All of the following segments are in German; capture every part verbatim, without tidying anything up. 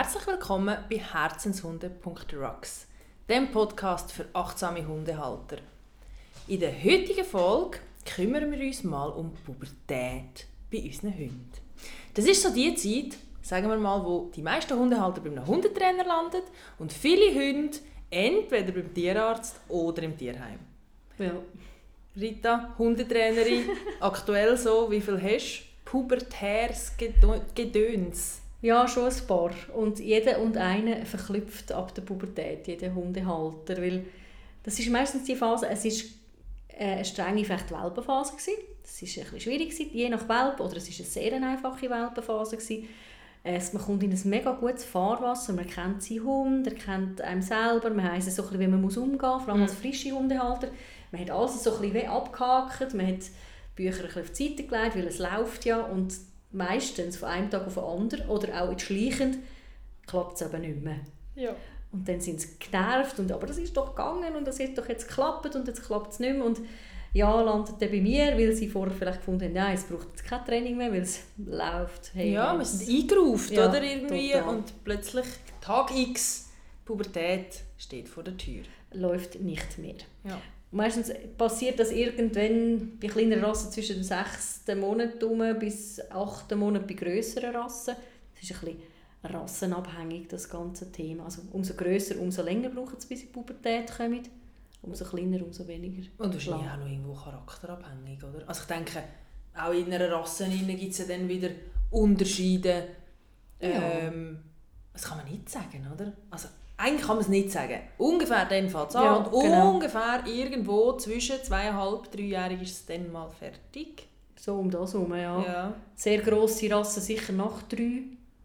Herzlich willkommen bei herzenshunde punkt rocks, dem Podcast für achtsame Hundehalter. In der heutigen Folge kümmern wir uns mal um die Pubertät bei unseren Hunden. Das ist so die Zeit, sagen wir mal, wo die meisten Hundehalter bei einem Hundetrainer landen und viele Hunde entweder beim Tierarzt oder im Tierheim. Ja. Rita, Hundetrainerin, aktuell so, wie viel hast du? Pubertäres Gedöns. Ja, schon ein paar. Und jeder und eine verklüpft ab der Pubertät, jeder Hundehalter. Weil das ist meistens die Phase, es war eine strenge Welpenphase. Das war ein bisschen schwierig, je nach Welpe, oder es war eine sehr einfache Welpenphase. Man kommt in ein mega gutes Fahrwasser, man kennt seinen Hund, er kennt einen selber, man weiss so ein bisschen, wie man umgehen muss, vor allem als frische Hundehalter. Man hat alles so ein bisschen abgehakt, man hat die Bücher ein bisschen auf die Seite gelegt, weil es läuft ja und meistens von einem Tag auf den anderen oder auch schleichend klappt es eben nicht mehr. Ja. Und dann sind sie genervt, und, aber das ist doch gegangen und das hat doch jetzt geklappt und jetzt klappt es nicht mehr. Und ja, landet dann bei mir, weil sie vorher vielleicht gefunden haben, nein, es braucht jetzt kein Training mehr, weil es läuft. Hey, ja, wir sind eingerufen, ja, oder? Irgendwie. Total. Und plötzlich, Tag X, Pubertät steht vor der Tür. Läuft nicht mehr. Ja. Meistens passiert das irgendwann bei kleineren Rassen zwischen dem sechsten Monat bis achten Monat bei grösseren Rassen. Das ist ein bisschen rassenabhängig, das ganze Thema. Also umso grösser, umso länger braucht es, bis sie in die Pubertät kommen. Umso kleiner, umso weniger. Und wahrscheinlich auch noch irgendwo charakterabhängig, oder? Also ich denke, auch in einer Rasse gibt es ja dann wieder Unterschiede. Ja. Ähm, das kann man nicht sagen, oder? Also eigentlich kann man es nicht sagen. Ungefähr dann fängt es an Ja, und genau. ungefähr irgendwo zwischen zweieinhalb, dreijährig ist es dann mal fertig. So um das herum, ja. Ja. Sehr grosse Rassen sicher nach drei.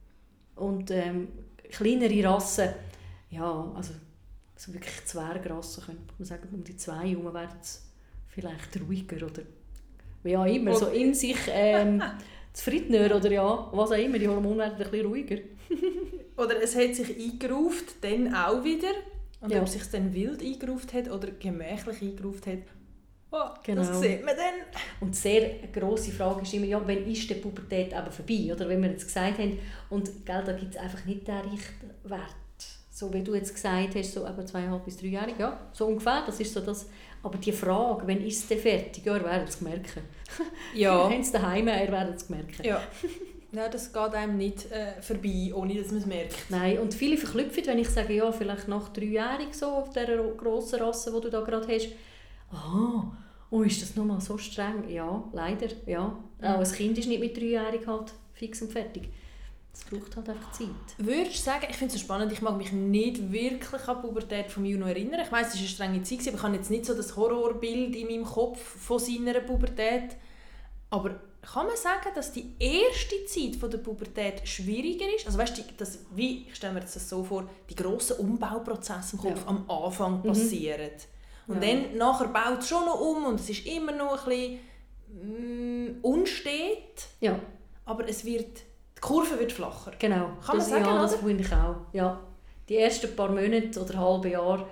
Und ähm, kleinere Rassen, ja, also so wirklich Zwergrassen, könnte man sagen, um die zwei herum werden es vielleicht ruhiger oder wie auch immer, so in sich ähm, zufriedener oder ja, was auch immer, die Hormone werden ein bisschen ruhiger. Oder es hat sich eingeruft, dann auch wieder. Und Ja. ob es sich dann wild eingeruft hat oder gemächlich eingeruft hat, oh, Genau. das sieht man dann. Und die sehr grosse Frage ist immer, ja, wann ist die Pubertät eben vorbei? Oder wenn wir jetzt gesagt haben, und gell, da gibt es einfach nicht den Richtwert. So wie du jetzt gesagt hast, so eben zweieinhalb bis dreijährig, ja, so ungefähr, das ist so das. Aber die Frage, wann ist es denn fertig? Ja, ihr werdet es merken. Ja. Wir haben es daheim, ihr werdet es merken. Ja. Ja, das geht einem nicht äh, vorbei, ohne dass man es merkt. Nein, und viele verklüpfen, wenn ich sage, ja, vielleicht nach dreijährig so, auf dieser grossen Rasse, die du da gerade hast. Ah, oh, ist das nochmal so streng? Ja, leider, ja. Mhm. Auch ein Kind ist nicht mit dreijährig halt fix und fertig. Es braucht halt einfach Zeit. Würdest du sagen, ich finde es so spannend, ich mag mich nicht wirklich an die Pubertät von Juno erinnern. Ich weiss, es war eine strenge Zeit, aber ich habe jetzt nicht so das Horrorbild in meinem Kopf von seiner Pubertät. Aber kann man sagen, dass die erste Zeit von der Pubertät schwieriger ist? Also weißt du, das, wie, ich stelle mir das so vor, die grossen Umbauprozesse im Kopf ja. am Anfang passieren. Mhm. Und ja. dann nachher baut es schon noch um und es ist immer noch ein bisschen mm, unstet. Ja. Aber es wird, die Kurve wird flacher. Genau. Kann das, man sagen, ja, oder? das finde ich auch. Ja. Die ersten paar Monate oder halbe Jahr,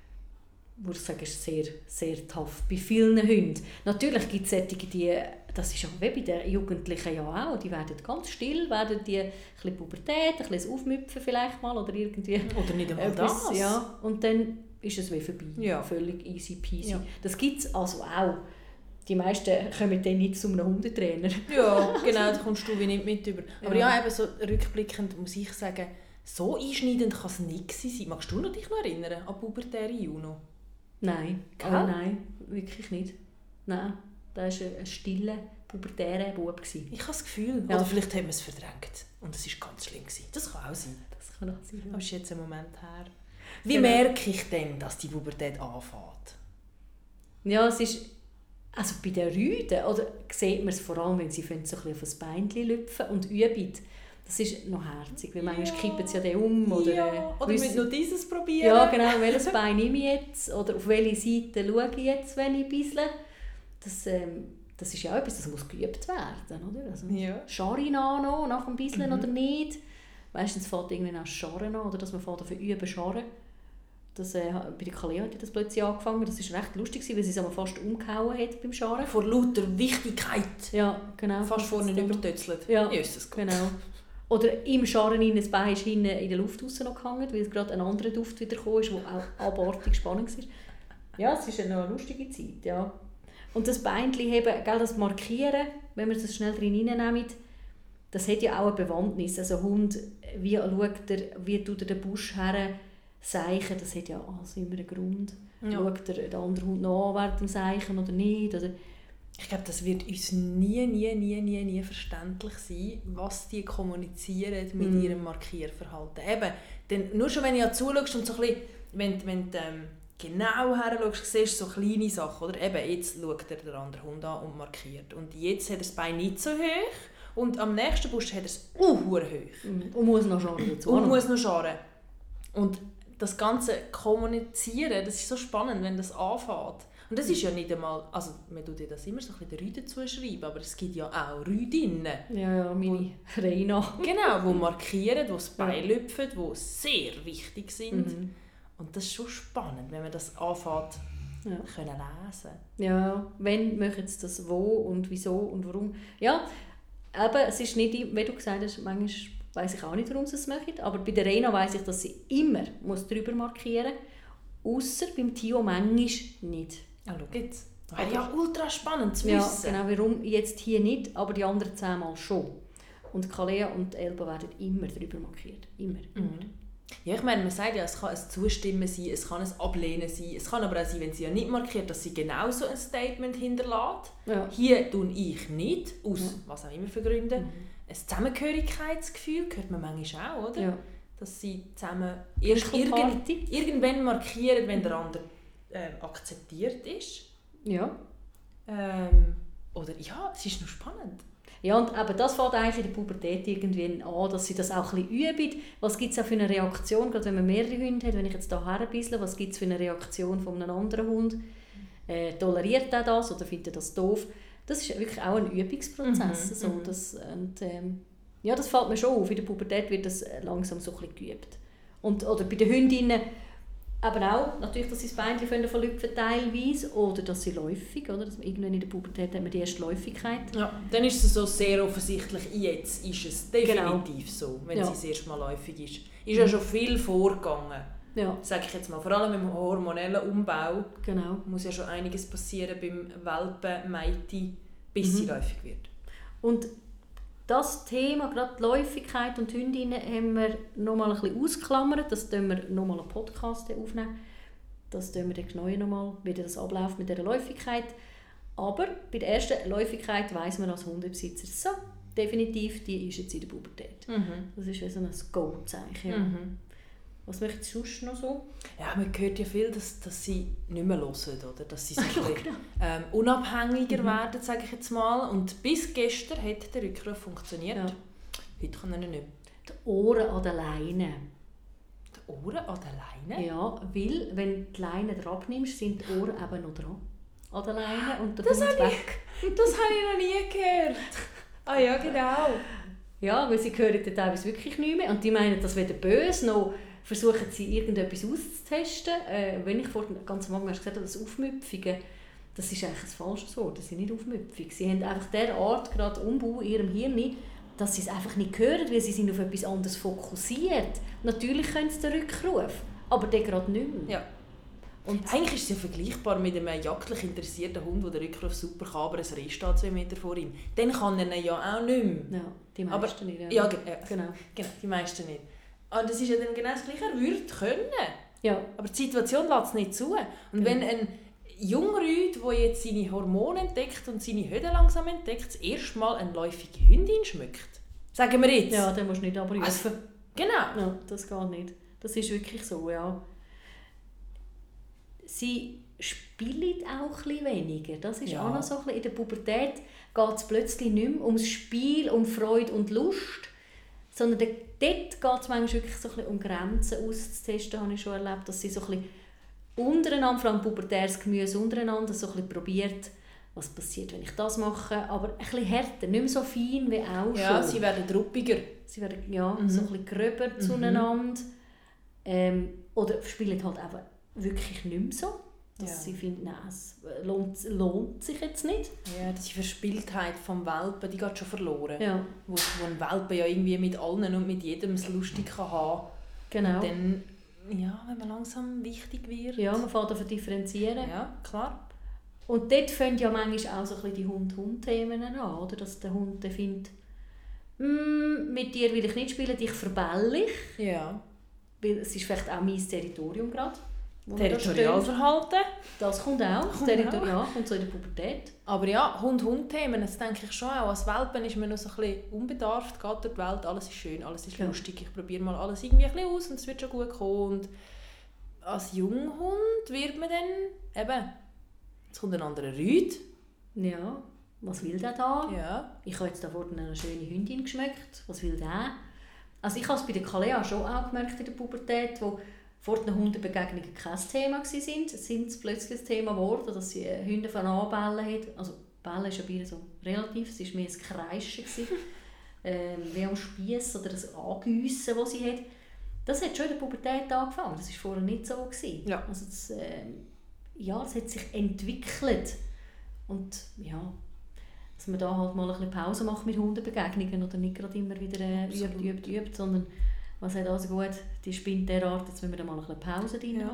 würde ich sagen, ist sehr, sehr tough bei vielen Hunden. Natürlich gibt es solche, die, das ist auch wie bei den Jugendlichen ja auch, die werden ganz still, werden die ein bisschen Pubertät, ein bisschen Aufmüpfen vielleicht mal oder irgendwie. Oder nicht einmal etwas, das. Ja, und dann ist es wie vorbei. Ja. Völlig easy peasy. Ja. Das gibt es also auch. Die meisten kommen dann nicht zu einem Hundetrainer. Ja, genau, da kommst du wie nicht mit über. Aber ja, Ja. eben so rückblickend muss ich sagen, so einschneidend kann es nicht sein. Magst du noch dich noch erinnern an pubertäre Juno? Nein, oh, Gell? nein, wirklich nicht. Nein, das war ein, ein stiller, pubertärer Bub. Ich habe das Gefühl, Ja. oder vielleicht haben wir es verdrängt und es war ganz schlimm gewesen. Das kann auch sein. Das kann auch sein. Aber es ist jetzt ein Moment her. Wie Genau. merke ich denn, dass die Pubertät anfängt? Ja, es ist, also bei den Rüden, oder sieht man es vor allem, wenn sie so ein bisschen auf das Beinchen lüpfen und üben. Das ist noch herzig, weil manchmal Ja. kippen sie ja dann um. Oder, ja, äh, oder wissen- müssen noch dieses probieren? Ja, genau, welches Bein nehme ich jetzt? Oder auf welche Seite schaue ich jetzt, wenn ich bissle? Das, ähm, das ist ja etwas, das muss geübt werden, oder? Also, Ja. Scharre ich an noch, nach dem Bisseln Mhm. oder nicht? Meistens fängt irgendwann an Scharren an, oder dass man dafür üben Scharren. Das, äh, bei der Kalea hat das plötzlich angefangen. Das war recht lustig, weil sie es aber fast umgehauen hat beim Scharren. Vor lauter Wichtigkeit. Ja, genau. Fast vorne Das dann- übertötzelt. Ja, Jesus Gott. genau. Oder im Scharren in das Bein ist hinten in der Luft raus noch gehangen, weil gerade ein anderer Duft wieder kam, der auch abartig spannend war. Ja, es ist eine lustige Zeit, ja. Und das Beinchen eben, gell, das Markieren, wenn wir das schnell drin reinnehmen, das hat ja auch eine Bewandtnis. Also Hund, wie schaut er, wie tut er den Busch her seichen, das hat ja alles immer einen Grund. Ja. Schaut er den anderen Hund nach während dem Seichen oder nicht? Oder ich glaube, das wird uns nie, nie, nie, nie, nie verständlich sein, was die kommunizieren mit mm. ihrem Markierverhalten. Eben, denn nur schon wenn du ja zuschaust und so ein bisschen, wenn, wenn du ähm, genau her schaust, siehst du so kleine Sachen. Oder? Eben, jetzt schaut er den anderen Hund an und markiert. Und jetzt hat er das Bein nicht so hoch und am nächsten Busch hat er es uh, hoch. Mm. Und muss noch scharren dazu. Und muss noch scharren. Und das ganze Kommunizieren, das ist so spannend, wenn das anfängt. Und das ist ja nicht einmal, also man tut ja das immer so ein bisschen den Rüden zuschreiben, aber es gibt ja auch Rüdinnen. Ja, ja, meine Reina. Genau, die markieren, die das Bein lüpfen, die sehr wichtig sind. Mhm. Und das ist schon spannend, wenn man das anfängt ja. können lesen. Ja, wenn machen sie das wo und wieso und warum. Ja, aber es ist nicht, wie du gesagt hast, manchmal weiss ich auch nicht, warum sie es machen, aber bei der Reina weiss ich, dass sie immer muss drüber markieren muss, ausser beim Tio manchmal nicht. Ja, schau jetzt. Das wäre ja ultra spannend zu wissen. Ja, genau, warum jetzt hier nicht, aber die anderen zehnmal schon. Und Kalea und Elba werden immer drüber markiert. Immer, immer. Mhm. Ja, ich meine, man sagt ja, es kann ein Zustimmen sein, es kann ein Ablehnen sein, es kann aber auch sein, wenn sie ja nicht markiert, dass sie genauso ein Statement hinterlässt. Ja. Hier tue ich nicht, aus ja. was auch immer für Gründen. Mhm. Ein Zusammengehörigkeitsgefühl hört man manchmal auch, oder? Ja. Dass sie zusammen erst irgend, irgendwann markieren, wenn der andere äh, akzeptiert ist. Ja. Ähm, oder ja, es ist noch spannend. Ja, und eben das fängt eigentlich in der Pubertät irgendwie an, dass sie das auch ein bisschen üben. Was gibt es auch für eine Reaktion, gerade wenn man mehrere Hunde hat, wenn ich jetzt hier herbissle, was gibt es für eine Reaktion von einem anderen Hund? Äh, toleriert er das oder findet er das doof? Das ist wirklich auch ein Übungsprozess. Mhm, so, mhm. das, und, ähm, ja, das fällt mir schon auf. In der Pubertät wird das langsam so ein bisschen geübt. Und, oder bei den Hündinnen aber auch, natürlich, dass sie das Beinchen verlüpfen teilweise oder dass sie läufig, oder? Dass man irgendwann in der Pubertät hat man die erste Läufigkeit. Ja, dann ist es so sehr offensichtlich, jetzt ist es definitiv genau. so, wenn ja. sie das erste Mal läufig ist. Ist ja schon viel vorgegangen, ja. sage ich jetzt mal. Vor allem im hormonellen Umbau genau. muss ja schon einiges passieren beim Welpen-Mädchen, bis mhm. sie läufig wird. Und das Thema, gerade die Läufigkeit und die Hündinnen, haben wir noch mal ein bisschen ausgeklammert. Das tun wir noch mal einen Podcast aufnehmen. Das tun wir dann genau noch mal, wie das abläuft mit dieser Läufigkeit. Aber bei der ersten Läufigkeit weiss man als Hundebesitzer so, definitiv, die ist jetzt in der Pubertät. Mhm. Das ist wie so ein Go-Zeichen. Ja. Mhm. Was möchtest du sonst noch so? Ja, man hört ja viel, dass, dass sie nicht mehr hören, oder? Dass sie sich ein bisschen, ähm, unabhängiger mhm. werden, sage ich jetzt mal. Und bis gestern hat der Rückruf funktioniert. Ja. Heute kann er nicht. Die Ohren an der Leine. Die Ohren an der Leine? Ja, weil wenn du die Leine drauf nimmst, sind die Ohren eben noch dran. An der Leine und der das Hund weg. Ich, das habe ich noch nie gehört. Ah ja, genau. Ja, weil sie hören dann teilweise wirklich nicht mehr. Und die meinen, das wäre böse noch. Versuchen sie irgendetwas auszutesten. Äh, wenn ich vor ganz am Anfang gesagt habe, das Aufmüpfigen, das ist eigentlich ein falsches Wort, das sind nicht aufmüpfig. Sie haben einfach derart gerade Umbau in ihrem Hirn, dass sie es einfach nicht hören, weil sie sind auf etwas anderes fokussiert. Natürlich können sie den Rückruf, aber der gerade nicht mehr. Ja. Und eigentlich ist es ja vergleichbar mit einem jagdlich interessierten Hund, der den Rückruf super kann, aber ein Reh steht zwei Meter vor ihm. Dann kann er ihn ja auch nicht mehr. Ja, die meisten aber, nicht. Ja, ja, ja genau. genau, die meisten nicht. Und das ist ja dann genau das Gleiche, er würde können. Ja. Aber die Situation lässt es nicht zu. Und wenn ein Jungrüd, der jetzt seine Hormone entdeckt und seine Höhe langsam entdeckt, das erste Mal eine läufige Hündin schmückt, sagen wir jetzt. Ja, dann musst du nicht abrufen. Also, genau. Ja, das geht nicht. Das ist wirklich so, ja. Sie spielen auch ein bisschen weniger. Das ist ja. auch noch so ein bisschen. In der Pubertät geht es plötzlich nicht mehr ums Spiel, um Freude und Lust, sondern dort geht es manchmal wirklich so ein bisschen um Grenzen auszutesten, habe ich schon erlebt, dass sie so ein bisschen untereinander, vor allem pubertäres Gemüse untereinander, so ein bisschen probiert, was passiert, wenn ich das mache, aber ein bisschen härter, nicht mehr so fein wie auch ja, schon. Sie werden druppiger. Sie werden ja, mhm. so ein bisschen gröber mhm. zueinander. Ähm, oder spielen halt eben wirklich nicht mehr so. Dass Ja. sie finden, nein, es lohnt, lohnt sich jetzt nicht. Ja, diese Verspieltheit vom Welpen, die geht schon verloren. Ja, Wo, wo ein Welpe ja irgendwie mit allen und mit jedem es lustig kann haben. genau. Und dann, ja, wenn man langsam wichtig wird. Ja, man fängt an zu differenzieren. Ja, klar. Und dort fangen ja manchmal auch so ein bisschen die Hund-Hund-Themen an, oder? Dass der Hund dann findet, «Mm, mit dir will ich nicht spielen, dich verbelle ich.» Ja. Weil es ist vielleicht auch mein Territorium gerade. wo wir da stehen. Territorialverhalten. Das kommt auch. Kommt Territor- auch. Ja, kommt so in der Pubertät. Aber ja, Hund-Hund-Themen, das denke ich schon auch. Als Welpen ist man noch so ein bisschen unbedarft, geht durch die Welt, alles ist schön, alles ist Ja. lustig. Ich probiere mal alles irgendwie ein bisschen aus und es wird schon gut kommen. Und als Junghund wird man dann eben, jetzt kommt ein anderer Rüd. Ja, was will der da? Ja. Ich habe jetzt da vorne eine schöne Hündin geschmeckt. Was will der? Also ich habe es bei der Kalea schon auch gemerkt in der Pubertät, wo vor den Hundebegegnungen kein Thema waren, sind es plötzlich das Thema geworden, dass sie Hunde von anbellen hat. Also Bellen ist ja bei ihr so relativ, es war mehr ein Kreischen, ähm, wie am Spiess oder das Angüssen, das sie hat. Das hat schon in der Pubertät angefangen, das war vorher nicht so gewesen. Ja. Also das, ähm, ja, es hat sich entwickelt. Und ja, dass man da halt mal ein bisschen Pause macht mit Hundebegegnungen oder nicht gerade immer wieder äh, übt, übt, übt, sondern was hat also gut, die spinnt derart, jetzt müssen wir da mal ein bisschen Pause drin Ja. haben.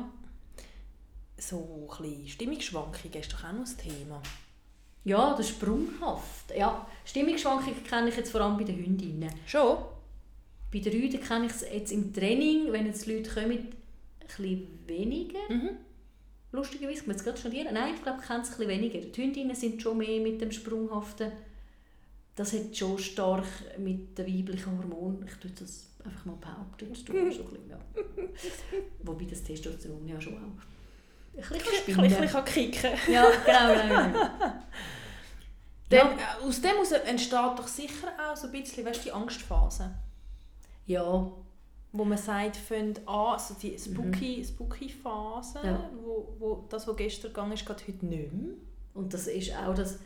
So ein bisschen Stimmungsschwankungen ist doch auch noch ein Thema. Ja, das ist sprunghaft. Ja, Stimmungsschwankungen kenne ich jetzt vor allem bei den Hündinnen. Schon? Bei den Rüden kenne ich es jetzt im Training, wenn jetzt Leute kommen, ein bisschen weniger. Mhm. Lustigerweise, ich muss jetzt gerade studieren. Nein, ich glaube, ich kenne es ein bisschen weniger. Die Hündinnen sind schon mehr mit dem Sprunghaften. Das hat schon stark mit den weiblichen Hormonen. Ich tue das einfach mal behaupten. Das tue ich schon ein bisschen, ja. Wobei das Testosteron ja schon auch ein bisschen Ein spinnen bisschen, bisschen kicken. Ja, genau, genau, genau. Dann, äh, aus dem heraus entsteht doch sicher auch so ein bisschen, weißt, die Angstphase. Ja, Wo man sagt, fängt an, also die spooky, spooky Phase, Ja. wo, wo das, was gestern gegangen ist, geht heute nicht mehr. und das ist auch das,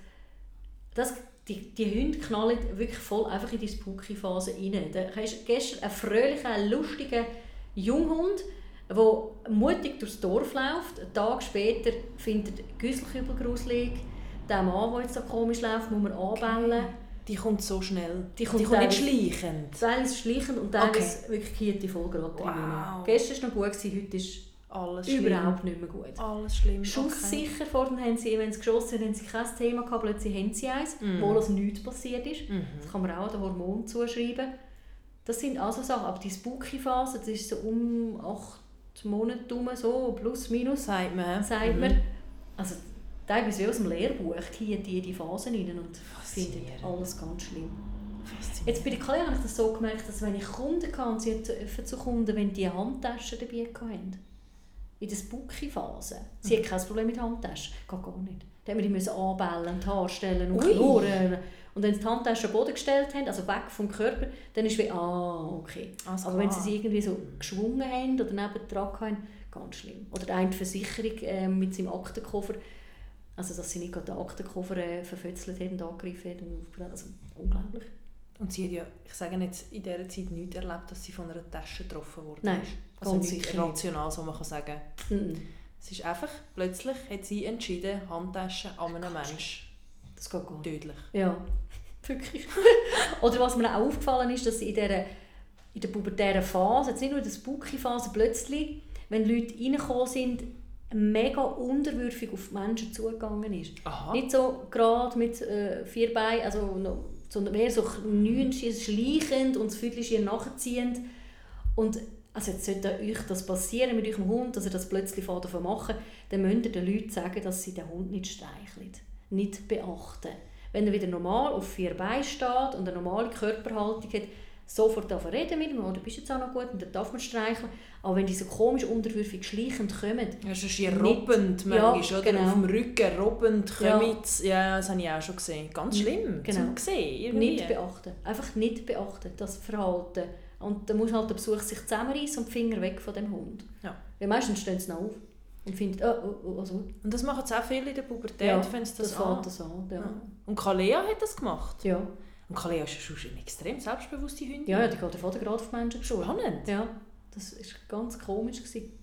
das die, die Hunde knallen wirklich voll einfach in die Spooky-Phase rein. Da hast du gestern einen fröhlichen, einen lustigen Junghund, der mutig durchs Dorf läuft. Einen Tag später findet er Güsselkübel gruselig. Der Mann, der jetzt so komisch läuft, muss man anbellen. Die kommt so schnell. Die kommt die kommt nicht teilweise- schleichend. Teilweise schleichend und teilweise Okay. wirklich Kiete voll gerade drin. Wow. Gestern war noch gut, gewesen, heute ist Alles überhaupt schlimm. nicht mehr gut. Alles schlimm. Schusssicher, vorhin haben sie, wenn sie geschossen haben, haben sie kein Thema gehabt, plötzlich haben sie eins, Mhm. obwohl es nichts passiert ist. Mhm. Das kann man auch den Hormonen zuschreiben. Das sind also Sachen, aber die Spooky-Phase, das ist so um acht Monate herum, so plus minus, Sagt man. sagt Mhm. man. Also teilweise wie aus dem Lehrbuch gehen die in die Phasen rein und finden Faszinierend. alles ganz schlimm. Faszinierend. Jetzt bei der Kalea habe ich das so gemerkt, dass wenn ich Kunden hatte, und sie hat zu Kunden, wenn die Handtaschen dabei hatten, in der Spooky-Phase, sie hat kein Problem mit Handtaschen, geht gar nicht. Dann mussten wir die anbellen, die Haare stellen und Ui. knurren. Und wenn sie die Handtaschen am Boden gestellt haben, also weg vom Körper, dann ist es wie, ah, okay. Alles Aber wenn klar. sie sie irgendwie so geschwungen haben oder nebendran hatten, ganz schlimm. Oder der eine die Versicherung äh, mit seinem Aktenkoffer, also dass sie nicht gerade den Aktenkoffer äh, verfützelt haben und angegriffen haben. Und aufgebrannt. Also unglaublich. Und sie hat ja, ich sage jetzt, in dieser Zeit nichts erlebt, dass sie von einer Tasche getroffen wurde. Nein, Also ganz nichts sicher nicht. Rationales, was man kann sagen kann. Mhm. Es ist einfach, plötzlich hat sie entschieden, Handtaschen an einem Menschen Das geht gar nicht. tödlich. Ja, wirklich. Oder was mir auch aufgefallen ist, dass in der, in der pubertären Phase, jetzt nicht nur in der Spooky-Phase, plötzlich, wenn Leute reingekommen sind, mega unterwürfig auf die Menschen zugegangen ist. Aha. Nicht so gerade mit äh, vier Beinen, also, noch, sondern mehr so knüenschend, schleichend und das Viertelchen nachziehend. Und also jetzt sollte euch das passieren mit eurem Hund, dass ihr das plötzlich anfangen zu machen, dann müsst ihr den Leuten sagen, dass sie den Hund nicht streicheln, nicht beachten. Wenn er wieder normal auf vier Beinen steht und eine normale Körperhaltung hat, sofort darf er reden mit ihm, oh, du bist jetzt auch noch gut, und dann darf man streicheln. Aber wenn die so komisch unterwürfig schleichend kommen, Ja, es ist hier Nicht- robbend manchmal, oder? genau. Auf dem Rücken robbend Ja. kommen. Ja, das habe ich auch schon gesehen. Ganz schlimm Genau. zum sehen. Irgendwie. nicht beachten. Einfach nicht beachten, das Verhalten. Und dann muss halt der Besuch sich zusammenreißen und die Finger weg von dem Hund. Ja. Weil meistens stehen sie noch auf und finden, oh, oh, oh, also, Und das machen sie auch viele in der Pubertät, ja, wenn sie das, das, fängt an. das an. Ja. Ja. Und Kalea hat das gemacht. Ja. Und Kalea ist ja schon eine extrem selbstbewusste Hündin. Ja, ja, die geht der Vater gerade auf Menschen zu. Spannend. Ja, das war ganz komisch gewesen.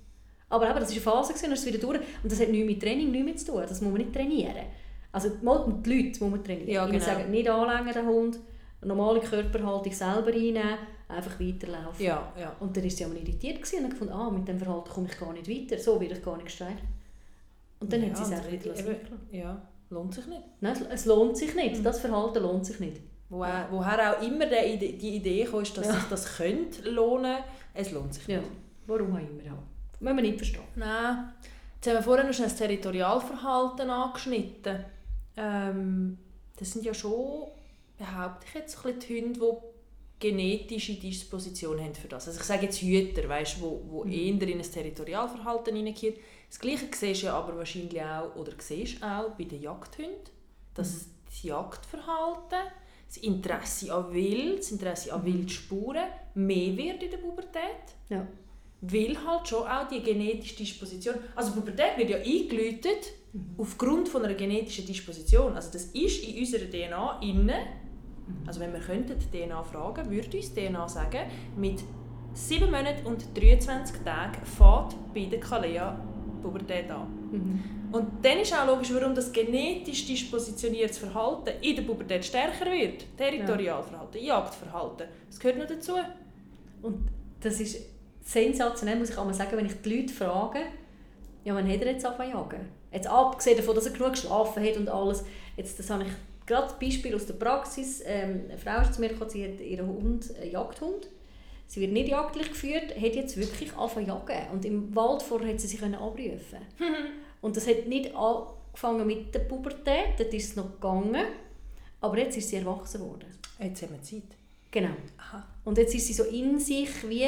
Aber eben, das war eine Phase, und dann ist es wieder durch. Und das hat nichts mit Training nichts mehr zu tun. Das muss man nicht trainieren. Also die Leute muss man trainieren. Ja, genau. Ich sage, nicht anlängen, den Hund, eine normale Körperhaltung selber einnehmen, einfach weiterlaufen. Ja, ja. Und dann war sie aber irritiert und hat gefunden, ah, mit dem Verhalten komme ich gar nicht weiter, so werde ich gar nicht gestreift. Und dann ja, hat sie es einfach eben, wieder lassen. Ja, lohnt sich nicht. Nein, es lohnt sich nicht. Das Verhalten lohnt sich nicht. Woher, woher auch immer die, die Idee kam, dass ja. sich das könnte lohnen, es lohnt sich nicht. Ja, warum auch immer. Ja. Müssen wir nicht verstehen. Nein. Jetzt haben wir vorhin noch das Territorialverhalten angeschnitten. Ähm, das sind ja schon, behaupte ich jetzt, ein bisschen die Hunde, die genetische Disposition haben für das. Also ich sage jetzt Hüter, weißt, wo, wo mhm. eher in ein Territorialverhalten hineingeht. Das Gleiche siehst du ja aber wahrscheinlich auch, oder siehst auch bei den Jagdhunden, dass mhm. das Jagdverhalten, das Interesse an Wild, das Interesse an Wildspuren mehr wird in der Pubertät. Ja. Weil halt schon auch die genetische Disposition, also Pubertät wird ja eingeläutet mhm. aufgrund von einer genetischen Disposition. Also das ist in unserer D N A inne. Also wenn wir könnten die D N A fragen, würde uns die D N A sagen, mit sieben Monaten und dreiundzwanzig Tagen fängt bei der Kalea Pubertät an. Mhm. Und dann ist auch logisch, warum das genetisch dispositioniertes Verhalten in der Pubertät stärker wird. Territorialverhalten, ja. Jagdverhalten, das gehört noch dazu. Und das ist sensationell, muss ich einmal sagen, wenn ich die Leute frage, ja, wann hat er jetzt angefangen zu jagen? Jetzt abgesehen davon, dass er genug geschlafen hat und alles. Jetzt, das habe ich gerade ein Beispiel aus der Praxis. Ähm, eine Frau ist zu mir gekommen, sie hat ihren Hund, einen Jagdhund. Sie wird nicht jagdlich geführt, hat jetzt wirklich angefangen zu jagen. Und im Wald vorher hat sie sich abrufen. Und das hat nicht angefangen mit der Pubertät, dort ist es noch gegangen. Aber jetzt ist sie erwachsen worden. Jetzt haben wir Zeit. Genau. Aha. Und jetzt ist sie so in sich wie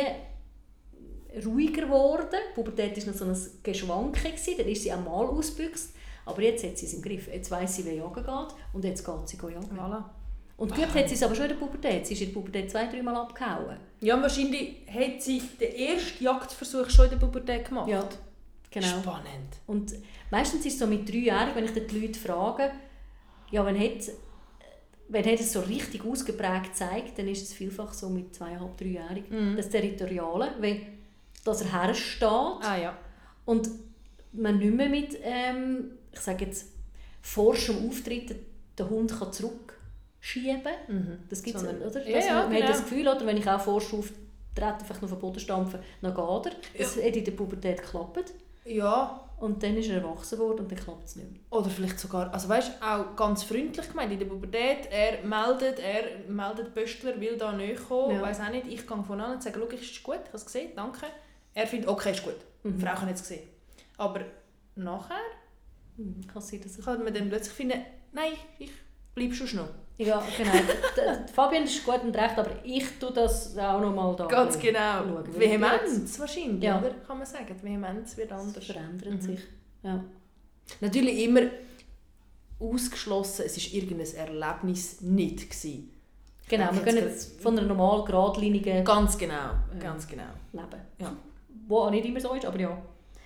ruhiger geworden. Die Pubertät war noch so ein Geschwanke, dann ist sie auch mal ausgebüxt. Aber jetzt hat sie es im Griff. Jetzt weiss sie, wer jagen geht und jetzt geht sie jagen. Voilà. Und geübt hat sie es aber schon in der Pubertät. Sie ist in der Pubertät zwei, dreimal abgehauen. Ja, wahrscheinlich hat sie den ersten Jagdversuch schon in der Pubertät gemacht. Ja, genau. Spannend. Und meistens ist es so mit dreijährigen, wenn ich die Leute frage, ja, wenn hat, wenn hat es so richtig ausgeprägt zeigt, dann ist es vielfach so mit zweieinhalb, dreijährigen. Mm. Das Territoriale, weil dass er hersteht ah, ja. und man nicht mehr mit, ähm, ich sage jetzt, forschem Auftritt den Hund kann zurückschieben kann. Mhm. Das gibt es, oder? Dass ja, ja, man, man genau. hat das Gefühl, oder, wenn ich auch forsch auftrete, einfach nur auf den Boden stampfen, dann geht er. Das ja. hat in der Pubertät geklappt. Ja. Und dann ist er erwachsen worden und dann klappt es nicht mehr. Oder vielleicht sogar, also weißt, auch ganz freundlich gemeint in der Pubertät, er meldet, er meldet Pöstler, will da näher kommen, ja. weiss auch nicht, ich gehe von an und sage, schau, ist gut, ich habe es gesehen, danke. Er findet, okay, ist gut, mhm. die Frau kann es gesehen. Aber nachher mhm. kann, sein, dass kann man dann plötzlich finden, nein, ich bleibe schon noch. Ja, genau. Fabian ist gut und recht, aber ich tue das auch noch mal da. Ganz genau. Schauen. Vehemenz wahrscheinlich, ja. oder? Kann man sagen. Die Vehemenz wird anders. Das verändert mhm. sich. Ja. Natürlich immer ausgeschlossen, es war irgendein Erlebnis nicht gewesen. Genau, wir können jetzt von einer normal geradlinigen ganz genau, ganz genau. Leben. Ja. Wo auch nicht immer so ist, aber ja.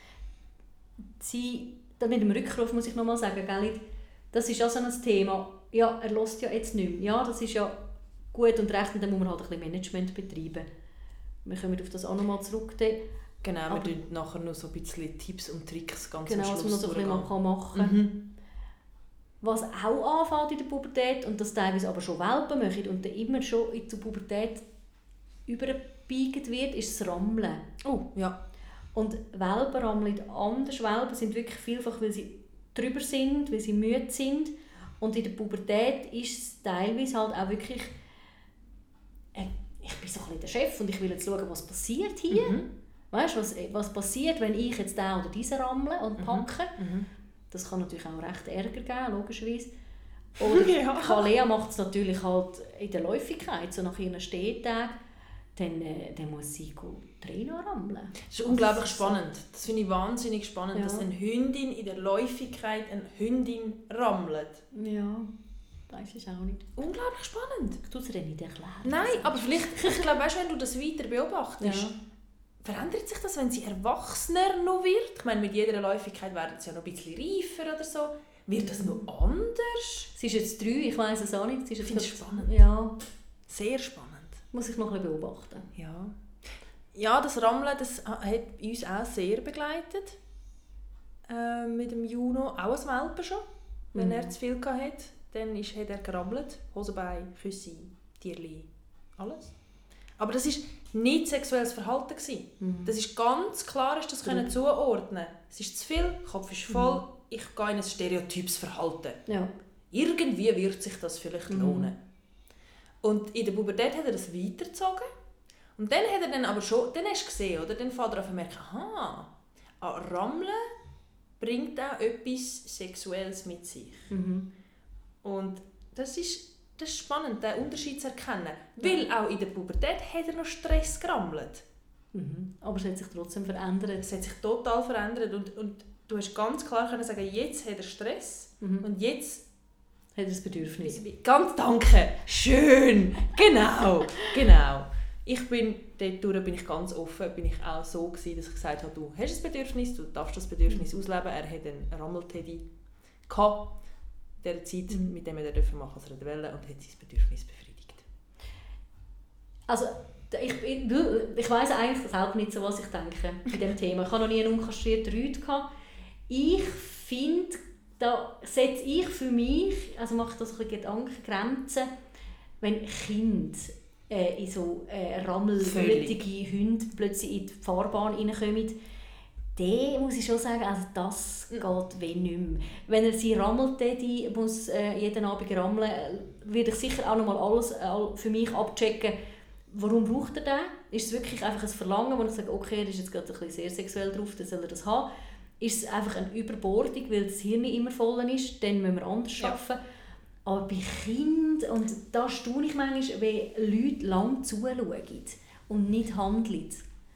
Sie, dann mit dem Rückruf muss ich noch mal sagen, gell, das ist ja so ein Thema. Ja, er hört ja jetzt nicht mehr. Ja, das ist ja gut und recht, und dann muss man halt ein bisschen Management betreiben. Wir kommen auf das auch noch mal zurück. Dann. Genau, aber wir tun nachher noch so ein bisschen Tipps und Tricks ganz genau, am Schluss was man so ein bisschen machen kann. Mhm. Was auch anfängt in der Pubertät, und das teilweise aber schon Welpen machen und dann immer schon in die Pubertät überbiegt wird, ist das Rammeln. Oh, ja. Und Welpen rammeln anders. Welpen sind wirklich vielfach, weil sie drüber sind, weil sie müde sind. Und in der Pubertät ist es teilweise halt auch wirklich, äh, ich bin so ein bisschen der Chef und ich will jetzt schauen, was passiert hier. Mhm. Weißt du, was, was passiert, wenn ich jetzt den oder diese rammle und packe. Mhm. Das kann natürlich auch recht Ärger geben, logischerweise. Oder ja. Kalea macht es natürlich halt in der Läufigkeit, so nach ihren Stehtagen. Dann, äh, dann muss sie Trainer rammeln. Das ist unglaublich spannend. Das finde ich wahnsinnig spannend, ja. dass eine Hündin in der Läufigkeit eine Hündin rammelt. Ja, weiß ich auch nicht. Unglaublich spannend. Ich tue es dir nicht erklären. Nein, aber vielleicht, ich glaube, weißt, wenn du das weiter beobachtest, ja. verändert sich das, wenn sie erwachsener noch wird? Ich meine, mit jeder Läufigkeit werden sie ja noch ein bisschen reifer oder so. Wird das noch anders? Sie ist jetzt drei, ich weiss es auch nicht. Sie ist ich finde es spannend. Ja. Sehr spannend. Muss ich noch ein bisschen beobachten. Ja. Ja, das Rammeln, das hat uns auch sehr begleitet. Äh, mit dem Juno, auch als Welpe schon. Wenn Mhm. er zu viel hatte, dann ist, hat er gerammelt. Hosenbein, Küsse, Tierli, alles. Aber das war nicht sexuelles Verhalten gewesen. Mhm. Das ist ganz klar, ist das Ja. können zuordnen. Es ist zu viel, der Kopf ist voll, mhm. ich gehe in ein stereotypes Verhalten. Ja. Irgendwie wird sich das vielleicht Mhm. lohnen. Und in der Pubertät hat er das weitergezogen. Und dann hat er dann aber schon, dann hast du gesehen, oder? Dann fängt er an zu merken, aha, ah, Rammeln bringt auch etwas Sexuelles mit sich. Mhm. Und das ist, das ist spannend, den Unterschied zu erkennen. Weil auch in der Pubertät hat er noch Stress gerammelt. Mhm. Aber es hat sich trotzdem verändert. Es hat sich total verändert. Und, und du hast ganz klar können sagen, jetzt hat er Stress Mhm. und jetzt... Hat er das Bedürfnis. Ganz danke. Schön. Genau. Genau. Ich bin, dort bin ich ganz offen, bin ich auch so gewesen, dass ich gesagt habe, du hast ein Bedürfnis, du darfst das Bedürfnis mhm. ausleben. Er hatte einen Rammelteddy in dieser Zeit, mhm. mit dem er machen durfte, was er wollte, und hat sein Bedürfnis befriedigt. Also, ich, ich, ich weiss eigentlich selber nicht so, was ich denke bei diesem Thema. Ich hatte noch nie einen unkastrierten Rüd. Ich finde, da setze ich für mich, also mache ich das ein bisschen Gedanken, Grenzen, wenn Kinder äh, in so äh, rammelwütige Hunde plötzlich in die Fahrbahn reinkommen, dann muss ich schon sagen, also das geht wenn nicht mehr. Wenn er sie rammelt, die muss äh, jeden Abend rammeln, würde ich sicher auch noch mal alles äh, für mich abchecken, warum braucht er das? Ist es wirklich einfach ein Verlangen, wo ich sage, okay, er ist jetzt gerade ein bisschen sehr sexuell drauf, dann soll er das haben. Ist es einfach eine Überbordung, weil das Hirn nicht immer voll ist, dann müssen wir anders ja. arbeiten. Aber bei Kindern, und da staune ich manchmal, wenn Leute lang zuschauen und nicht handeln.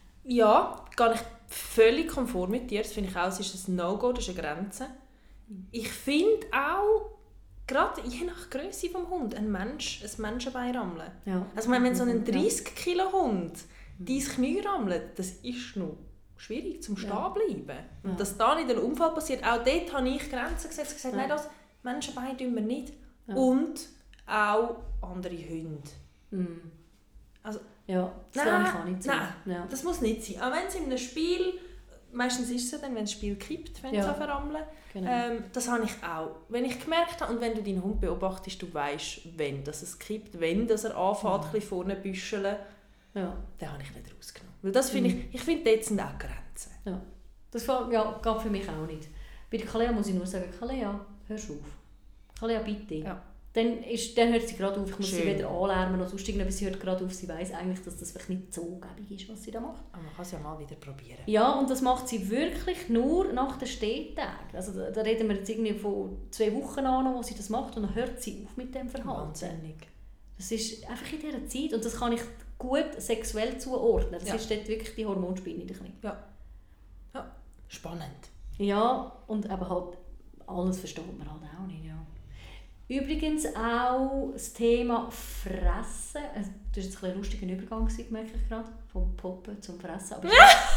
Ja, gehe ich völlig konform mit dir. Das finde ich auch, es ist ein No-Go, das ist eine Grenze. Ich finde auch, gerade je nach Grösse des Hundes, ein Mensch, ein Menschenbein rammeln. Ja. Also wenn so ein dreissig Kilo Hund dein Knie rammelt, das ist noch schwierig zum Stehen bleiben. Und ja. dass da nicht ein Unfall passiert, auch dort habe ich Grenzen gesetzt und gesagt, ja. nein, das Menschenbein tun wir nicht. Ja. Und auch andere Hunde. Mhm. Also, ja, das nein, kann ich auch nicht sein. Nein, ja. das muss nicht sein. Auch wenn es in einem Spiel, meistens ist es dann, wenn das Spiel kippt, wenn ja. es verrammeln. Genau. Ähm, das habe ich auch. Wenn ich gemerkt habe, und wenn du deinen Hund beobachtest, du weißt, wenn das es kippt, wenn das er anfängt, mhm. vorne zu büscheln, ja. dann habe ich nicht rausgenommen. Weil das finde mhm. ich, ich finde, dort sind auch Grenzen. Ja. Das ja, geht für mich auch nicht. Bei der Kalea muss ich nur sagen, Kalea, hörst auf. Kalea, bitte. Ja. Dann, ist, dann hört sie gerade auf, ich muss Schön. sie weder anlärmen noch sonst irgendwas, sie hört gerade auf, sie weiss eigentlich, dass das vielleicht nicht so gäbig ist, was sie da macht. Aber man kann es ja mal wieder probieren. Ja, und das macht sie wirklich nur nach den Stehtagen. Also da, da reden wir jetzt irgendwie von zwei Wochen an, wo sie das macht, und dann hört sie auf mit dem Verhalten. Wahnsinnig. Das ist einfach in dieser Zeit, und das kann ich gut sexuell zuordnen. Das ja. ist dort wirklich die Hormonspinne. Ja. ja. Spannend. Ja, und eben halt, alles versteht man halt auch nicht, ja. Übrigens auch das Thema Fressen. Also, das war jetzt ein lustiger Übergang, merke ich gerade, vom Poppen zum Fressen. Aber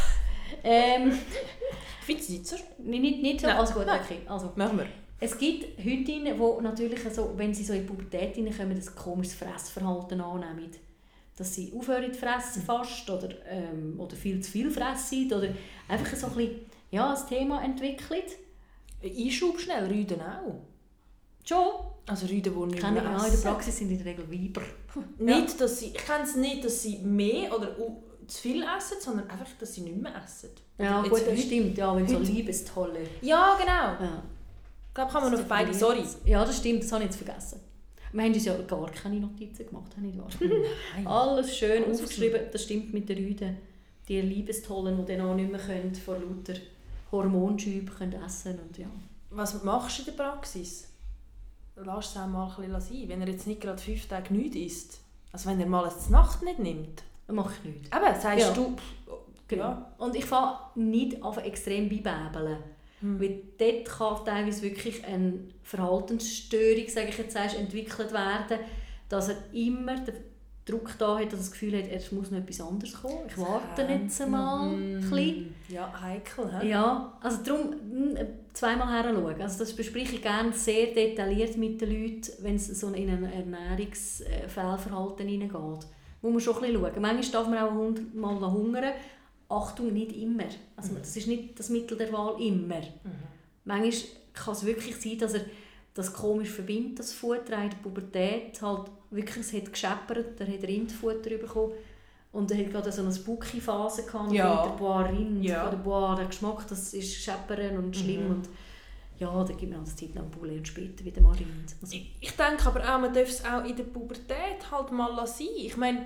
ähm, ich finde es nicht so. Nicht, nicht so, also gut, okay. Also, machen wir. Es gibt Hündinnen, die natürlich, so, wenn sie so in die Pubertät hineinkommen, ein komisches Fressverhalten annehmen. Dass sie aufhören zu fressen fast, oder, ähm, oder viel zu viel fressen, oder einfach so ein bisschen, ja, ein Thema entwickelt. Einschub schnell, Rüden auch. Schon? Also Rüden, die nicht mehr essen. Auch in der Praxis sind in der Regel Weiber. Nicht, ja. dass sie, ich kenne es nicht, dass sie mehr oder zu viel essen, sondern einfach, dass sie nicht mehr essen. Ja, gut, das stimmt. Ja, wenn so Liebestolle. Ja, genau. Ja. Ich glaube, kann man auf beide, sorry. Ja, das stimmt, das habe ich jetzt vergessen. Wir haben uns ja gar keine Notizen gemacht, nicht wahr? Nein. Alles schön Alles aufgeschrieben, das stimmt mit den Rüden. Die Liebestollen, die dann auch nicht mehr können, vor lauter Hormonschübe können essen und ja. Was machst du in der Praxis? Lass es auch mal ein bisschen sein, wenn er jetzt nicht gerade fünf Tage nichts isst. Also wenn er mal eine Nacht nicht nimmt. Mach ich nichts. Eben, sagst ja. du... Genau. Ja. Und ich fange nicht an extrem beibäbeln. Hm. Weil dort kann teilweise wirklich eine Verhaltensstörung, sage ich jetzt, entwickelt werden, dass er immer den Druck da hat, dass er das Gefühl hat, er muss noch etwas anderes kommen. Ich warte jetzt einmal ein bisschen. Ja, heikel. He? Ja, also darum zweimal heranschauen. Also das bespreche ich gerne sehr detailliert mit den Leuten, wenn es so in ein Ernährungsfehlverhalten hineingeht. muss man schon ein bisschen schauen. Manchmal darf man auch einen Hund mal hungern. Achtung, nicht immer. Also, das ist nicht das Mittel der Wahl immer. Mhm. Manchmal kann es wirklich sein, dass er das komisch verbindet, das Futter in der Pubertät. Halt wirklich, es hat gescheppert, er hat Rindfutter bekommen. Und er hat gerade so eine Spooky-Phase gehabt. Ja. Und der boah, Rind, ja. oder boah, der Geschmack, das ist scheppern und schlimm. Mhm. Und ja, dann gibt man eine Zeit lang Bulle und später wieder mal Rind. Also, ich, ich denke aber auch, man darf es auch in der Pubertät halt mal sein. Ich meine,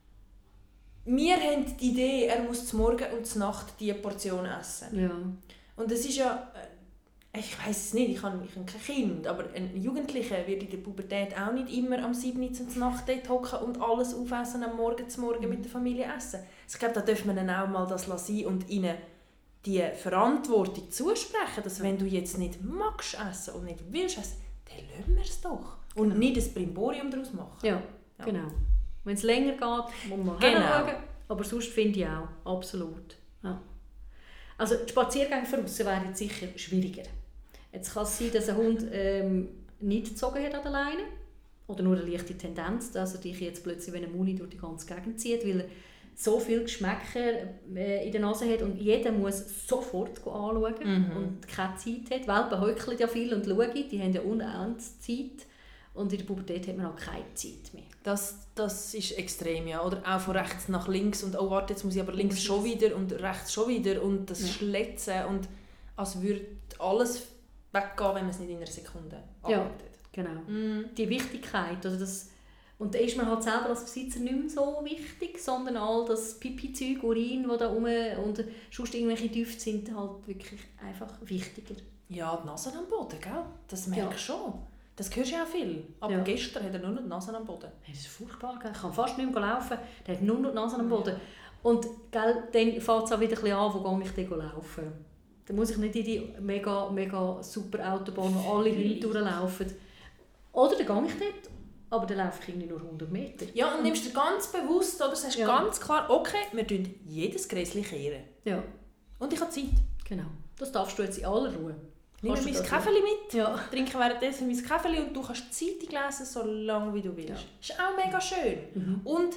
wir haben die Idee, er muss zum Morgen und zur Nacht diese Portion essen. Ja. Und es ist ja, ich weiß es nicht, ich habe, ich habe kein Kind, aber ein Jugendlicher wird in der Pubertät auch nicht immer am sieben Uhr zur Nacht dort hocken und alles aufessen, am Morgen zum Morgen mit der Familie essen. Ich glaube, da darf man dann auch mal das sein und ihnen die Verantwortung zusprechen, dass wenn du jetzt nicht magst essen und nicht willst essen, dann lassen wir es doch. Und genau. nicht ein Brimborium daraus machen. Ja, ja. Genau. Wenn es länger geht, muss man genau. hinschauen. Aber sonst finde ich auch, absolut. Ja. Also die Spaziergänge von außen wären jetzt sicher schwieriger. Jetzt kann es sein, dass ein Hund ähm, nicht gezogen hat an der Leine oder nur eine leichte Tendenz, dass er dich jetzt plötzlich, wenn er Muni durch die ganze Gegend zieht, weil er so viele Geschmäcker äh, in der Nase hat und jeder muss sofort anschauen mhm. und keine Zeit hat. Welpen heuckeln ja viel und schauen, die haben ja unendlich Zeit. Und in der Pubertät hat man auch keine Zeit mehr. Das, das ist extrem, ja. Oder auch von rechts nach links und oh warte, jetzt muss ich aber links schon wieder und rechts schon wieder und das ja. Schletzen und als würde alles weggehen, wenn man es nicht in einer Sekunde arbeitet. Ja, genau. Mm. Die Wichtigkeit, also das, und da ist man halt selber als Besitzer nicht mehr so wichtig, sondern all das Pipi-Zeug, Urin, das da rum und sonst irgendwelche Düfte sind halt wirklich einfach wichtiger. Ja, die Nase am Boden, gell? Das merkst du ja. schon. Das hörst du ja auch viel. Aber ja. gestern hat er nur noch die Nase am Boden. Das ist furchtbar. Ich kann fast nicht mehr laufen. Der hat nur noch die Nase am Boden. Ja. Und gell, dann fängt es auch wieder ein bisschen an, wo gehe ich dann laufen. Dann muss ich nicht in die mega, mega super Autobahn, wo alle Leute durchlaufen. Oder dann gehe ich dort, aber dann laufe ich nur hundert Meter. Ja, und nimmst du ganz bewusst, oder sagst ja. ganz klar, okay, wir tun jedes Gräschen kehren. Ja. Und ich habe Zeit. Genau. Das darfst du jetzt in aller Ruhe. Nimm mein Käferli mit, ja. trinke währenddessen mein Käferli und du kannst die Zeitung lesen, so lange wie du willst. Ja. Das ist auch mega schön. Mhm. Und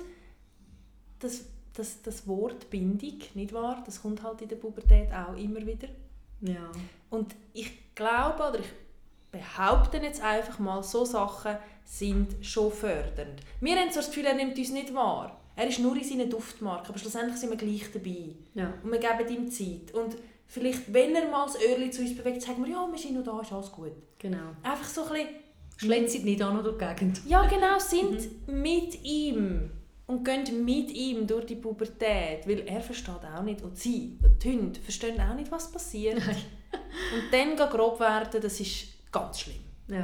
das, das, das Wort Bindung, nicht wahr? Das kommt halt in der Pubertät auch immer wieder. Ja. Und ich glaube, oder ich behaupte jetzt einfach mal, so Sachen sind schon fördernd. Wir haben so das Gefühl, er nimmt uns nicht wahr. Er ist nur in seinen Duftmarken, aber schlussendlich sind wir gleich dabei. Ja. Und wir geben ihm Zeit. Und vielleicht, wenn er mal das Öhrchen zu uns bewegt, sagen wir, ja, wir sind noch da, ist alles gut. Genau. Einfach so ein bisschen... Schlägt nicht an durch die Gegend. Ja, genau, sind mhm. mit ihm und gehen mit ihm durch die Pubertät, weil er versteht auch nicht, und sie, die Hunde, verstehen auch nicht, was passiert. Und dann grob werden, das ist ganz schlimm. Ja.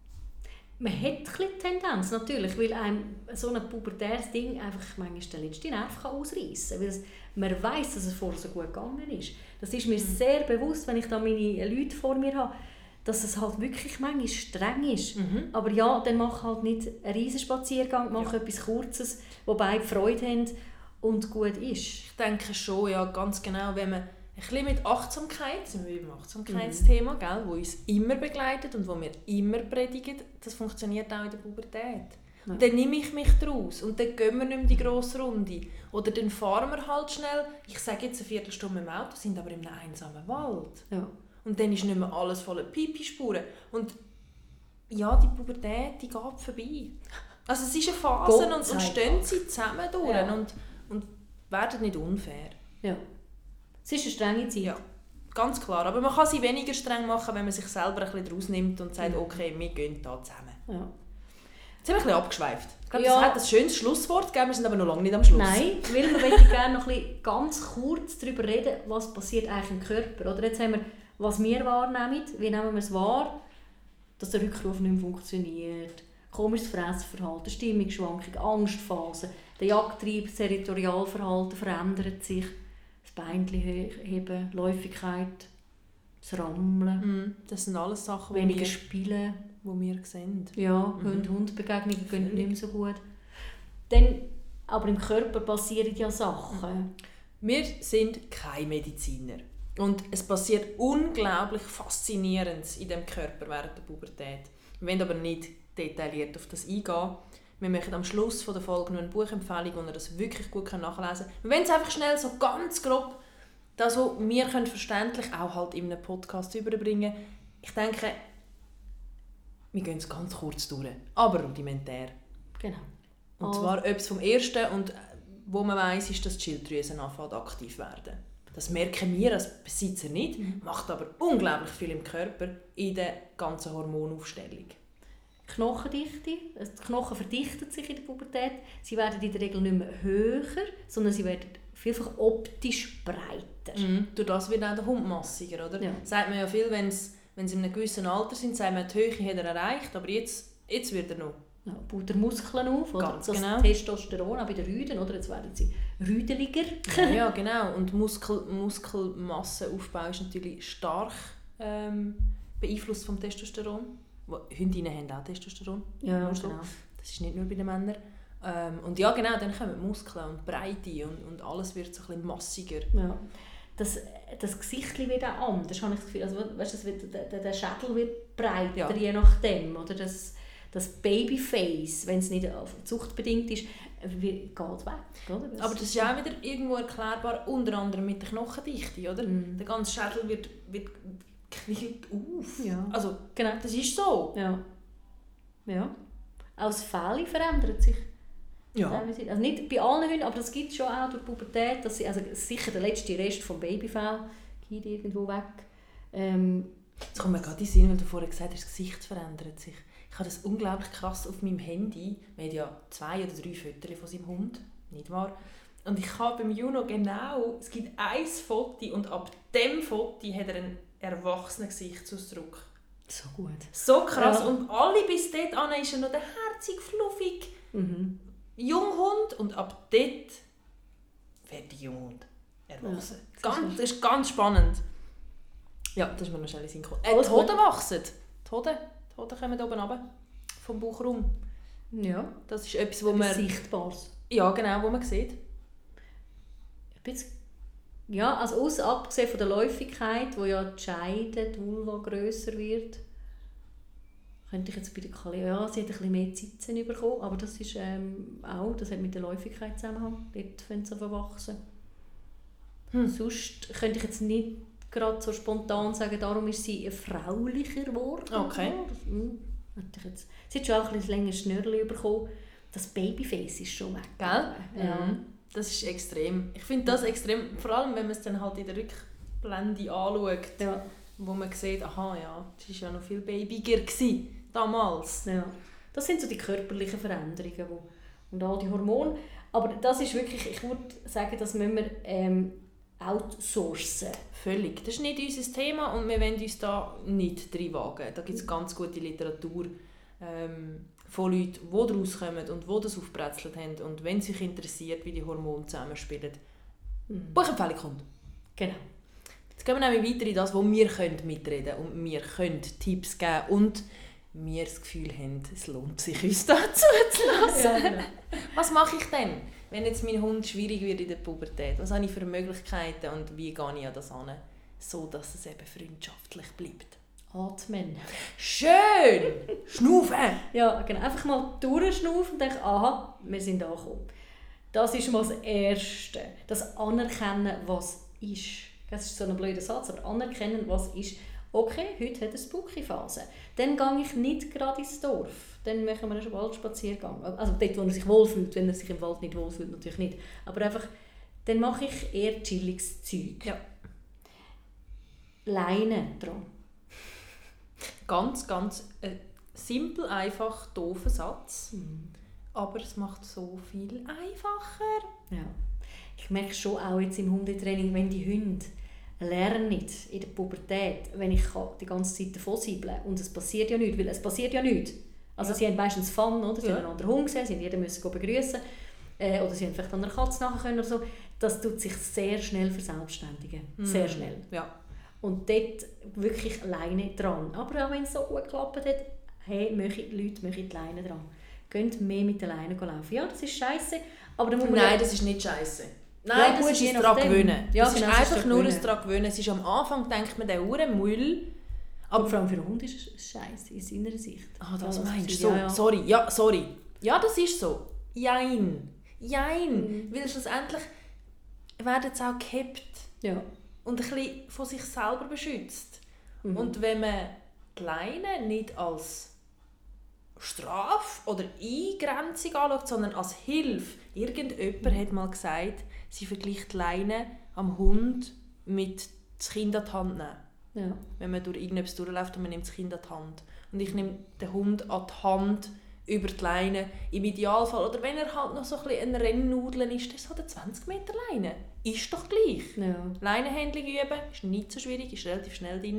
Man hat ein bisschen Tendenz, natürlich, weil einem so ein pubertäres Ding einfach manchmal den letzten Nerv ausreißen kann. Weil man weiss, dass es vorher so gut gegangen ist. Das ist mir mhm. sehr bewusst, wenn ich da meine Leute vor mir habe, dass es halt wirklich manchmal streng ist. Mhm. Aber ja, dann mach halt nicht einen riesen Spaziergang, mach ja. etwas Kurzes, wo beide Freude haben und gut ist. Ich denke schon, ja, ganz genau, wenn man ein bisschen mit Achtsamkeit, sind wir beim Achtsamkeitsthema, mhm. gell, wo uns immer begleitet und wo wir immer predigen, das funktioniert auch in der Pubertät. Ja. Und dann nehme ich mich daraus und dann gehen wir nicht mehr die grosse Runde. Oder dann fahren wir halt schnell, ich sage jetzt eine Viertelstunde im Auto, sind aber in einem einsamen Wald. Ja. Und dann ist nicht mehr alles voller Pipi-Spuren. Und ja, die Pubertät, die geht vorbei. Also es ist eine Phase und, und stehen sie zusammen durch ja. und, und werden nicht unfair. Ja. Es ist eine strenge Zeit. Ja, ganz klar. Aber man kann sie weniger streng machen, wenn man sich selber ein bisschen daraus nimmt und sagt, okay, wir gehen da zusammen. Ja. Jetzt haben wir ein bisschen abgeschweift. Ich glaube, ja. das hat ein schönes Schlusswort gegeben, wir sind aber noch lange nicht am Schluss. Nein, weil wir möchten gerne noch ein bisschen ganz kurz darüber reden, was passiert eigentlich im Körper. Oder jetzt haben wir, was wir wahrnehmen, wie nehmen wir es wahr, dass der Rückruf nicht mehr funktioniert, komisches Fressverhalten, Stimmungsschwankung, Angstphase, der Jagdtrieb, das Territorialverhalten verändert sich, das Beinchen heben, Läufigkeit, das Rammeln. Das sind alles Sachen, weniger wir, spielen, die wir sehen. Ja, mhm. Hund-Hund-Begegnungen gehen nicht mehr so gut. Dann, aber im Körper passieren ja Sachen. Wir sind keine Mediziner. Und es passiert unglaublich Faszinierendes in dem Körper während der Pubertät. Wir wollen aber nicht detailliert auf das eingehen. Wir machen am Schluss von der Folge noch eine Buchempfehlung, wo ihr das wirklich gut nachlesen könnt. Wir wollen es einfach schnell so ganz grob, das, was wir können verständlich auch halt in einem Podcast überbringen. Ich denke, wir gehen es ganz kurz durch, aber rudimentär. Genau. Und Oh. zwar etwas vom Ersten, und wo man weiss, ist, dass die Schilddrüse anfängt aktiv werden. Das merken wir als Besitzer nicht, Mhm. macht aber unglaublich viel im Körper in der ganzen Hormonaufstellung. Knochendichte. Die Knochen verdichten sich in der Pubertät. Sie werden in der Regel nicht mehr höher, sondern sie werden vielfach optisch breiter. Mhm. Durch das wird auch der Hund massiger, oder? Ja. Sagt man ja viel, wenn sie in einem gewissen Alter sind, sagt man, die Höhe hat er erreicht, aber jetzt, jetzt wird er noch. Ja, baut er Muskeln auf, oder? Ganz Das genau. Testosteron, auch bei den Rüden, oder? Jetzt werden sie rüdeliger. Ja, ja, genau. Und Muskel, Muskelmasseaufbau ist natürlich stark ähm, beeinflusst vom Testosteron. Hündinnen haben auch Testosteron. Ja, Nur so. genau. Das ist nicht nur bei den Männern. Ähm, und ja, genau, dann kommen die Muskeln und Breite und, und alles wird so ein bisschen massiger. Ja. Das, das Gesicht wird auch anders, habe ich das Gefühl. Also, weißt, das wird, der, der Schädel wird breiter, Ja. je nachdem. Oder das, das Babyface, wenn es nicht zuchtbedingt ist, wird, geht weg. Oder? Das, Aber das ist auch wieder irgendwo erklärbar, unter anderem mit der Knochendichte, oder? Mhm. Der ganze Schädel wird, wird quillt auf. Ja. Also, Genau. das ist so. Ja. Ja. Auch das Fell verändert sich. Ja. Also nicht bei allen Hunden, aber das gibt es schon auch durch die Pubertät. Dass sie, also sicher der letzte Rest vom Babyfell geht irgendwo weg. Ähm, Jetzt kommt mir gerade in den Sinn, weil du vorher gesagt hast, das Gesicht verändert sich. Ich habe das unglaublich krass auf meinem Handy. Wir haben ja zwei oder drei Fotos von seinem Hund, nicht wahr? Und ich habe beim Juno genau, es gibt ein Foto und ab dem Foto hat er einen erwachsenen Gesichtsausdruck. so gut. So krass. Ja. Und alle bis dort an ist er noch der herzig, fluffig Mhm. Junghund und ab dort wird der Junghund erwachsen. Ja, ganz, das ist ganz spannend. Ja, das ist mir noch schnell in den Sinn gekommen. Äh, Alles die Hoden gut. wachsen. Die Hoden, die Hoden kommen oben runter, vom Bauchraum. Ja. Das ist etwas, wo Etwas man... Sichtbares. Ja, genau, wo man sieht. Ein bisschen, ja, also aus, abgesehen von der Läufigkeit, wo ja die Scheide, die Vulva grösser wird, könnte ich jetzt bei der Kali, ja, sie hat ein bisschen mehr Zitzen bekommen, aber das ist ähm, auch, das hat mit der Läufigkeit zusammenhang, dort fängt es an wachsen. Hm. Sonst könnte ich jetzt nicht gerade so spontan sagen, darum ist sie fraulicher geworden. Okay. Ja, das, hm, hätte ich jetzt, sie hat schon auch ein bisschen länger Schnürrli bekommen. Das Babyface ist schon weg. Gell? Ja. Mhm. Das ist extrem. Ich finde das extrem, vor allem wenn man es dann halt in der Rückblende anschaut, Ja. wo man sieht, aha, ja, das war ja noch viel babyiger gewesen, damals. Ja. Das sind so die körperlichen Veränderungen wo, und all die Hormone. Aber das ist wirklich, ich würde sagen, das müssen wir ähm, outsourcen. Völlig. Das ist nicht unser Thema und wir wollen uns da nicht reinwagen. Da gibt es ganz gute Literatur ähm, von Leuten, die daraus kommen und die das aufgebrezelt haben. Und wenn sich interessiert, wie die Hormone zusammenspielen, Mhm. Buchempfehlung kommt. Genau. Jetzt gehen wir nämlich weiter in das, wo wir können mitreden können und wir können Tipps geben und wir das Gefühl haben, es lohnt sich, uns da zuzulassen. Ja, genau. Was mache ich denn, wenn jetzt mein Hund schwierig wird in der Pubertät? Was habe ich für Möglichkeiten und wie gehe ich an das an, so dass es eben freundschaftlich bleibt? Atmen. Schön! Schnaufen! Ja, genau. Einfach mal durchschnaufen und denken, aha, wir sind angekommen. Das ist mal das Erste. Das Anerkennen, was ist. Das ist so ein blöder Satz, aber anerkennen, was ist. Okay, heute hat es Spooky-Phase. Dann gehe ich nicht gerade ins Dorf. Dann machen wir einen Waldspaziergang. Also dort, wo er sich wohlfühlt. Wenn er sich im Wald nicht wohlfühlt, natürlich nicht. Aber einfach, dann mache ich eher chilliges Zeug. Ja. Leine dran. Ganz, ganz äh, simpel, einfach, doofer Satz. Mhm. Aber es macht so viel einfacher. Ja. Ich merke schon auch jetzt im Hundetraining, wenn die Hunde lernen nicht in der Pubertät, wenn ich die ganze Zeit davon siebeln und es passiert ja nichts, weil es passiert ja nichts. Also Ja. sie haben meistens Fun, oder? Sie Ja. haben einen anderen Hund gesehen, sie haben jeden müssen begrüßen äh, oder sie haben vielleicht an einer Katze nachher können oder so. Das tut sich sehr schnell verselbstständigen. Mhm. Sehr schnell. Ja. Und dort wirklich Leine dran. Aber auch wenn es so gut geklappt hat, hey, möchte die Leute möchten die Leine dran. Geht mehr mit der Leine laufen. Ja, das ist scheiße, aber dann muss man Nein, ja- das ist nicht scheiße. Nein, Ja, das gut, ist je ein daran nachdem. gewöhnen. Ja, das genau, ist es ist einfach daran nur ein gewöhnen. daran gewöhnen. Es ist am Anfang, denkt man, der Uhrenmüll. Aber vor allem für einen Hund ist es scheiße, aus seiner Sicht. Ah, das Ja, meinst du das- so. ja, ja. Sorry, ja, sorry. Ja, das ist so. Jein. Jein. Mhm. Weil schlussendlich werden sie auch gehabt. Ja. Und ein bisschen von sich selber beschützt. Mhm. Und wenn man die Leine nicht als Strafe oder Eingrenzung anschaut, sondern als Hilfe. Irgendjemand hat mal gesagt, sie vergleicht die Leine am Hund mit das Kind an die Hand nehmen. Ja. Wenn man durch irgendetwas durchläuft und man nimmt das Kind an die Hand. Und ich nehme den Hund an die Hand über die Leine. Im Idealfall, oder wenn er halt noch so ein bisschen ein Rennnudel ist, das hat eine zwanzig Meter Leine. Ist doch gleich. Ja. Leinenhandling üben ist nicht so schwierig, ist relativ schnell drin.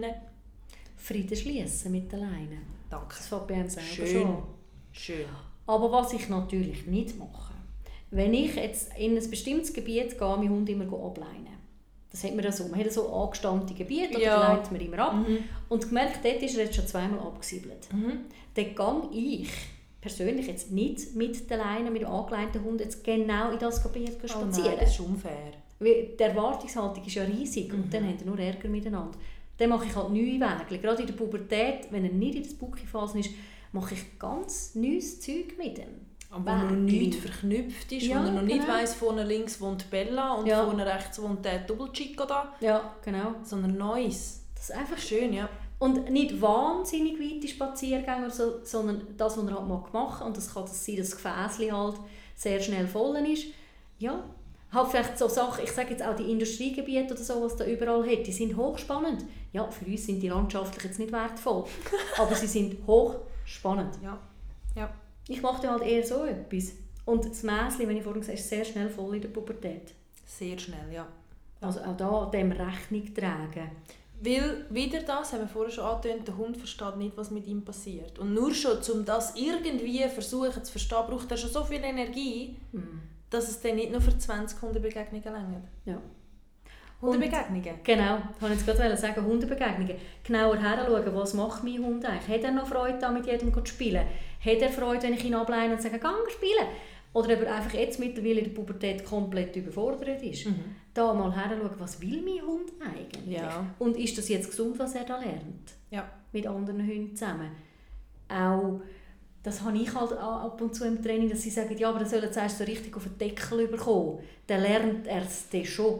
Frieden schließen mit der Leine. Danke. Das fängt bei einem selber Schön. schon an. Schön. Aber was ich natürlich nicht mache, wenn ich jetzt in ein bestimmtes Gebiet gehe, meinen Hund immer ableinen. Das hat man ja so. Man hat so angestammte Gebiete, Ja. da leint man immer ab. Mhm. Und gemerkt, dort ist er jetzt schon zweimal abgesiebelt. Mhm. Dann gehe ich persönlich jetzt nicht mit der Leine, mit dem angeleinten Hund, jetzt genau in das Gebiet Oh spazieren. nein, das ist unfair. Weil die Erwartungshaltung ist ja riesig Mhm. und dann haben wir nur Ärger miteinander. Dann mache ich halt neue Wege. Gerade in der Pubertät, wenn er nicht in der Spooky-Phase ist, mache ich ganz neues Zeug mit ihm. Aber wo noch nichts verknüpft ist, Ja, wo er noch nicht genau. weiss, vorne links wohnt Bella und Ja. vorne rechts wohnt der Doppelchico da. Ja, genau. Sondern Neues. Das ist einfach Schön, ja. Und nicht wahnsinnig weite Spaziergänge, oder so, sondern das, was er halt machen mag. Und das kann das sein, dass das Gefäßchen halt sehr schnell voll ist. Ja, halt vielleicht so Sachen, ich sage jetzt auch die Industriegebiete oder so, was da überall hat, die sind hochspannend. Ja, für uns sind die landschaftlich jetzt nicht wertvoll, aber sie sind hochspannend. Ja. Ja. Ich mache dann halt eher so etwas. Und das Mäschen, wenn ich vorhin gesagt habe, ist sehr schnell voll in der Pubertät. Sehr schnell, ja. Also auch da dem Rechnung tragen. Weil, wieder das, haben wir vorher schon angetönt, der Hund versteht nicht, was mit ihm passiert. Und nur schon, um das irgendwie versuchen zu verstehen, braucht er schon so viel Energie, Mhm. dass es dann nicht nur für zwanzig Hundebegegnungen reicht. Ja. Hundebegegnungen? Genau, ich wollte jetzt gerade sagen, Hundebegegnungen. Genauer hinschauen, was macht mein Hund eigentlich? Hat er noch Freude, da mit jedem zu spielen? Hat er Freude, wenn ich ihn ableine und sage, geh spielen? Oder ob er einfach jetzt mittlerweile in der Pubertät komplett überfordert ist. Mhm. Da mal hinschauen, was will mein Hund eigentlich? Ja. Und ist das jetzt gesund, was er da lernt? Ja. Mit anderen Hunden zusammen. Auch, das habe ich halt ab und zu im Training, dass sie sagen, ja, aber er soll jetzt erst so richtig auf den Deckel bekommen. Dann lernt er es dann schon.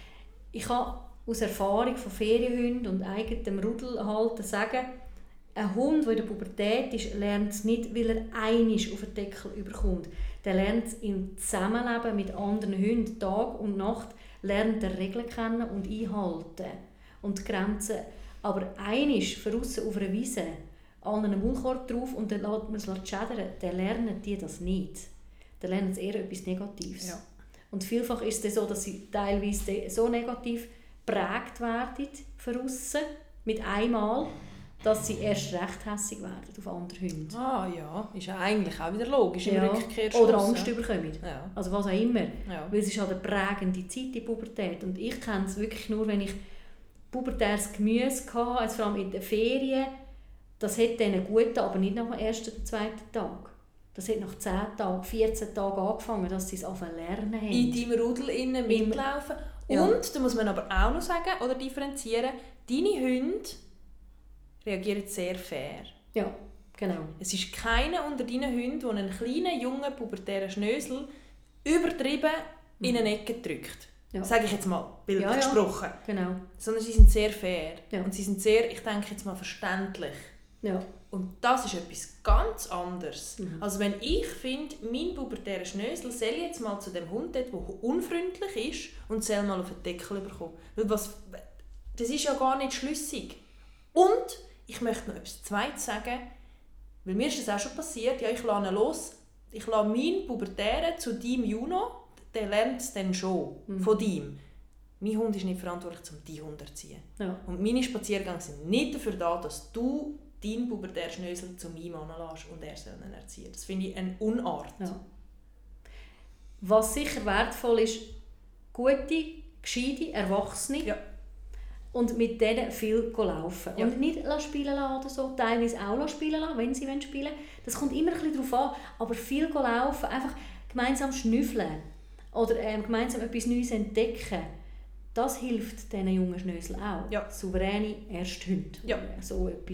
Ich kann aus Erfahrung von Ferienhunden und eigenem Rudelhalten sagen, ein Hund, der in der Pubertät ist, lernt es nicht, weil er einmal auf den Deckel überkommt. Der lernt es im Zusammenleben mit anderen Hunden, Tag und Nacht, lernt er Regeln kennen und einhalten und Grenzen. Aber einmal voraus auf einer Wiese, an einem Maulkorb drauf und dann lässt man es schädern, dann lernen die das nicht. Dann lernen sie eher etwas Negatives. Ja. Und vielfach ist es so, dass sie teilweise so negativ geprägt werden, voraus, mit einmal, dass sie erst recht hässig werden auf andere Hunde. Ah ja, ist ja eigentlich auch wieder logisch im Ja. Rückkehrschluss. Oder Angst bekommen. Ja. Also was auch immer. Ja. Weil es ist halt eine prägende Zeit, die Pubertät. Und ich kenne es wirklich nur, wenn ich pubertäres Gemüse hatte, also vor allem in den Ferien. Das hat dann gut, aber nicht nach dem ersten oder zweiten Tag. Das hat nach zehn Tagen, vierzehn Tagen angefangen, dass sie es anfangen lernen haben. In deinem Rudel innen mitlaufen. Ja. Und, da muss man aber auch noch sagen, oder differenzieren, deine Hunde reagieren sehr fair. Ja, genau. Es ist keiner unter deinen Hunden, der einen kleinen, jungen, pubertären Schnösel übertrieben in eine Ecke drückt. Ja. Sage ich jetzt mal, bildlich Ja, ja. gesprochen. Genau. Sondern sie sind sehr fair. Ja. Und sie sind sehr, ich denke jetzt mal, verständlich. Ja. Und das ist etwas ganz anderes. Mhm. Also wenn ich finde, mein pubertärer Schnösel soll jetzt mal zu dem Hund dort, der unfreundlich ist, und soll mal auf den Deckel bekommen. Weil was, das ist ja gar nicht schlüssig. Und ich möchte noch etwas Zweites sagen, weil mir ist das auch schon passiert, ja, ich lasse ihn los, ich lasse meinen Pubertären zu deinem Juno, der lernt es dann schon, Mhm. von ihm. Mein Hund ist nicht verantwortlich, um deinen Hund zu erziehen. Ja. Und meine Spaziergänge sind nicht dafür da, dass du deinen pubertären Schnösel zu meinem Mann lässt und er soll ihn erziehen. Das finde ich eine Unart. Ja. Was sicher wertvoll ist, gute, gescheite Erwachsene. Ja. Und mit denen viel laufen. Ja. Und nicht spielen lassen oder so, teilweise auch spielen lassen, wenn sie spielen wollen. Das kommt immer ein bisschen darauf an, aber viel laufen, einfach gemeinsam schnüffeln oder ähm, gemeinsam etwas Neues entdecken, das hilft diesen jungen Schnösel auch. Ja. Souveräne Ersthunde Ja. oder so etwas.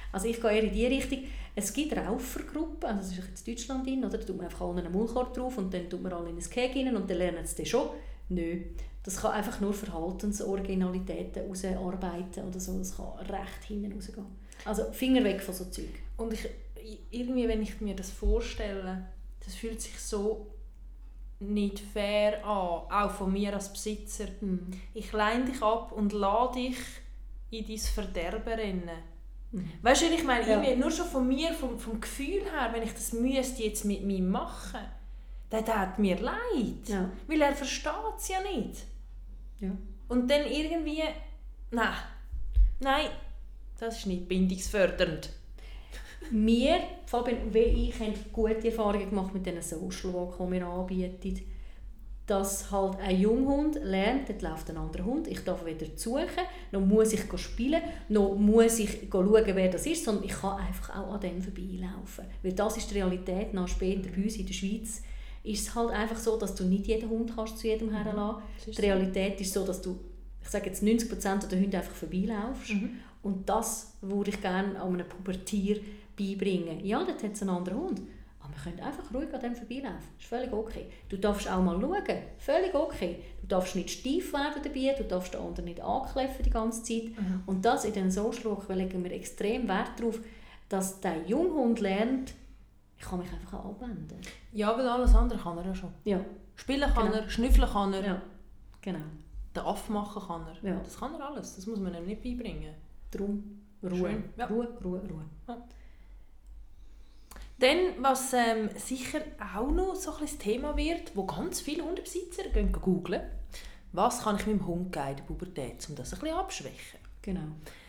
Also ich gehe eher in die Richtung. Es gibt Raufergruppen, also das ist jetzt Deutschland in, oder? Da tut man einfach alle einen Maulkorb drauf und dann tut man alle in ein Keg rein und dann lernen sie das schon. Nö. Das kann einfach nur Verhaltensoriginalitäten herausarbeiten oder so. Das kann recht hinten rausgehen. Also Finger weg von so Zeug. Und ich, irgendwie, wenn ich mir das vorstelle, das fühlt sich so nicht fair an, auch von mir als Besitzer. Mm. Ich leine dich ab und lasse dich in dein Verderben rennen. Mm. Weißt du, ich meine, Ja. irgendwie, nur schon von mir, vom, vom Gefühl her, wenn ich das müsste jetzt mit mir machen, dann tut mir leid. Ja. Weil er versteht es ja nicht. Ja. Und dann irgendwie, nein, nein, das ist nicht bindungsfördernd. Wir, Fabian, wie ich, haben gute Erfahrungen gemacht mit diesen Social Walk, die wir anbieten. Dass halt ein Junghund lernt, dort läuft ein anderer Hund, ich darf weder suchen, noch muss ich spielen, noch muss ich schauen, wer das ist, sondern ich kann einfach auch an dem vorbeilaufen. Weil das ist die Realität, nach später bei uns in der Schweiz ist es halt einfach so, dass du nicht jeden Hund kannst zu jedem herlassen. Mhm. Die Realität ist so, dass du, ich sage jetzt neunzig Prozent der Hunde einfach vorbeilaufst. Mhm. Und das würde ich gerne an einem Pubertier beibringen. Ja, dort hat es einen anderen Hund. Aber wir können einfach ruhig an dem vorbeilaufen. Das ist völlig okay. Du darfst auch mal schauen. Völlig okay. Du darfst nicht steif werden dabei, du darfst den anderen nicht ankläffen die ganze Zeit. Mhm. Und das in den Social Walk legen wir extrem Wert darauf, dass der Junghund lernt, ich kann mich einfach auch abwenden. Ja, weil alles andere kann er ja schon. Ja. Spielen kann Genau. er, schnüffeln kann er, Ja, genau. den Aff machen kann er. Ja. Das kann er alles, das muss man ihm nicht beibringen. Darum Ruhe. Schön. Ja. Ruhe, Ruhe, Ruhe. Ja. Dann, was ähm, sicher auch noch so ein bisschen das Thema wird, wo ganz viele Hundebesitzer gehen googlen, was kann ich meinem Hund geben in der Pubertät, um das ein bisschen abzuschwächen. Genau.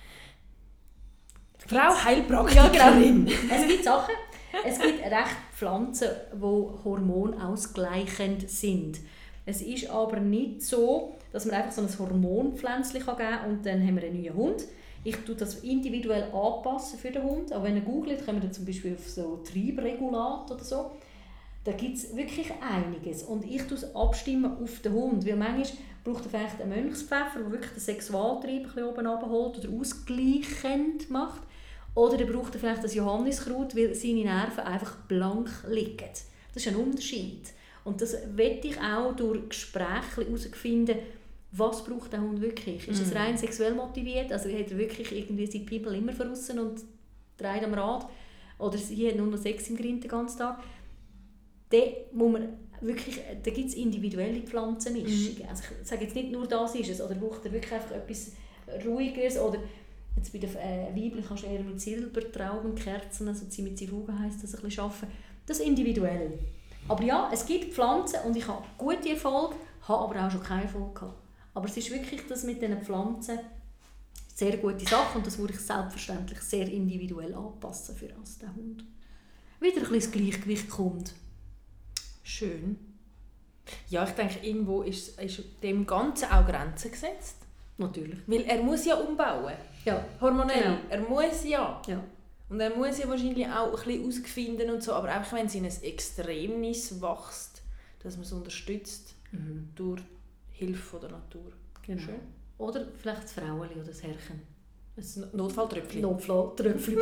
Frau Heilpraktikerin. Es gibt Sachen, es gibt recht Pflanzen, die hormonausgleichend sind. Es ist aber nicht so, dass man einfach so ein Hormonpflänzchen geben kann und dann haben wir einen neuen Hund. Ich tue das individuell anpassen für den Hund. Aber wenn ihr googelt, kommen wir zum Beispiel auf so Triebregulat oder so. Da gibt es wirklich einiges. Und ich tue es abstimmen auf den Hund. Weil manchmal braucht er vielleicht einen Mönchspfeffer, der wirklich den Sexualtrieb ein bisschen oben runterholt oder ausgleichend macht. Oder er braucht er vielleicht das Johanniskraut, weil seine Nerven einfach blank liegen. Das ist ein Unterschied. Und das möchte ich auch durch Gespräche herausfinden, was braucht der Hund wirklich? Ist es rein sexuell motiviert? Also hat er wirklich irgendwie seine People immer draussen und dreht am Rad? Oder sie hat nur noch Sex im Grind den ganzen Tag? Da muss man wirklich, da gibt es individuelle Pflanzenmischungen. Mhm. Also ich sage jetzt nicht nur das ist es, oder braucht er wirklich einfach etwas Ruhigeres? Oder jetzt bei den äh, Weibchen kannst du eher mit Silbertraubenkerzen, also Zimizifuga heisst das, ein bisschen arbeiten. Das ist individuell. Aber ja, es gibt Pflanzen und ich habe gute Erfolge, habe aber auch schon keinen Erfolg gehabt. Aber es ist wirklich das mit diesen Pflanzen sehr gute Sache und das würde ich selbstverständlich sehr individuell anpassen für als der Hund. Wieder ein bisschen das Gleichgewicht kommt. Schön. Ja, ich denke, irgendwo ist, ist dem Ganzen auch Grenzen gesetzt. Natürlich. Weil er muss ja umbauen. Ja. Hormonell. Genau. Er muss ja. Ja. Und er muss ja wahrscheinlich auch ein bisschen ausfinden und so, aber einfach wenn es in ein Extremnis wächst, dass man es unterstützt Mhm. durch Hilfe der Natur. Genau. Schön. Oder vielleicht das Frauenli oder das Herrchen. Ein Notfalltröpfchen. Notfalltröpfchen.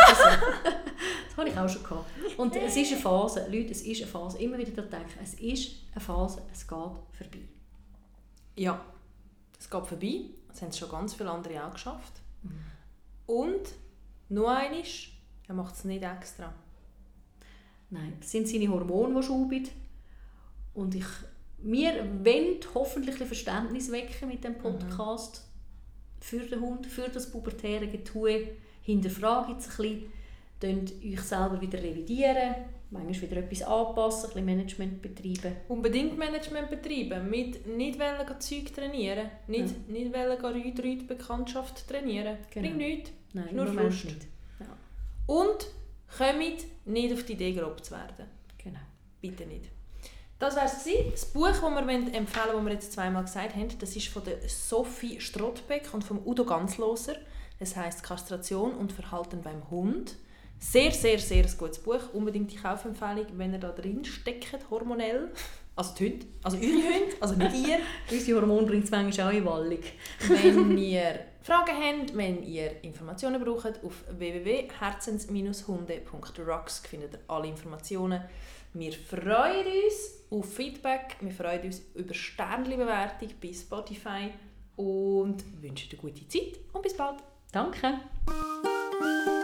Das habe ich auch schon gehabt. Und es ist eine Phase, Leute, es ist eine Phase. Immer wieder daran denken, es ist eine Phase, es geht vorbei. Ja, es geht vorbei. Das haben schon ganz viele andere auch geschafft. Mhm. Und noch einmal, er macht es nicht extra. Nein, es sind seine Hormone, die schauben. Und ich, wir wollen hoffentlich ein Verständnis wecken mit dem Podcast mhm. für den Hund, für das pubertäre Getue. Hinterfragt es ein bisschen, könnt euch selber wieder revidieren, manchmal wieder etwas anpassen, ein bisschen Management betreiben. Unbedingt Management betreiben, mit nicht wollen Zeug trainieren, nicht, ja. nicht wollen Rüd Bekanntschaft trainieren. Genau. Bringt nichts, Nein, nur Frust. nicht. Ja. Und kommt nicht auf die Idee, grob zu werden. Genau. Bitte nicht. Das war es. Das Buch, das wir empfehlen, das wir jetzt zweimal gesagt haben, das ist von der Sophie Strottbeck und von Udo Ganzloser. Das heisst «Kastration und Verhalten beim Hund». Sehr, sehr, sehr ein gutes Buch. Unbedingt die Kaufempfehlung, wenn ihr da drin steckt, hormonell. Also die Hunde, also eure Hunde, also nicht ihr. Unsere Hormone bringt es manchmal auch in Wallung. Wenn ihr Fragen habt, wenn ihr Informationen braucht, auf w w w punkt herzens hunde punkt rocks findet ihr alle Informationen. Wir freuen uns auf Feedback, wir freuen uns über Sternchen-Bewertung bei Spotify und wünschen eine gute Zeit und bis bald. Danke.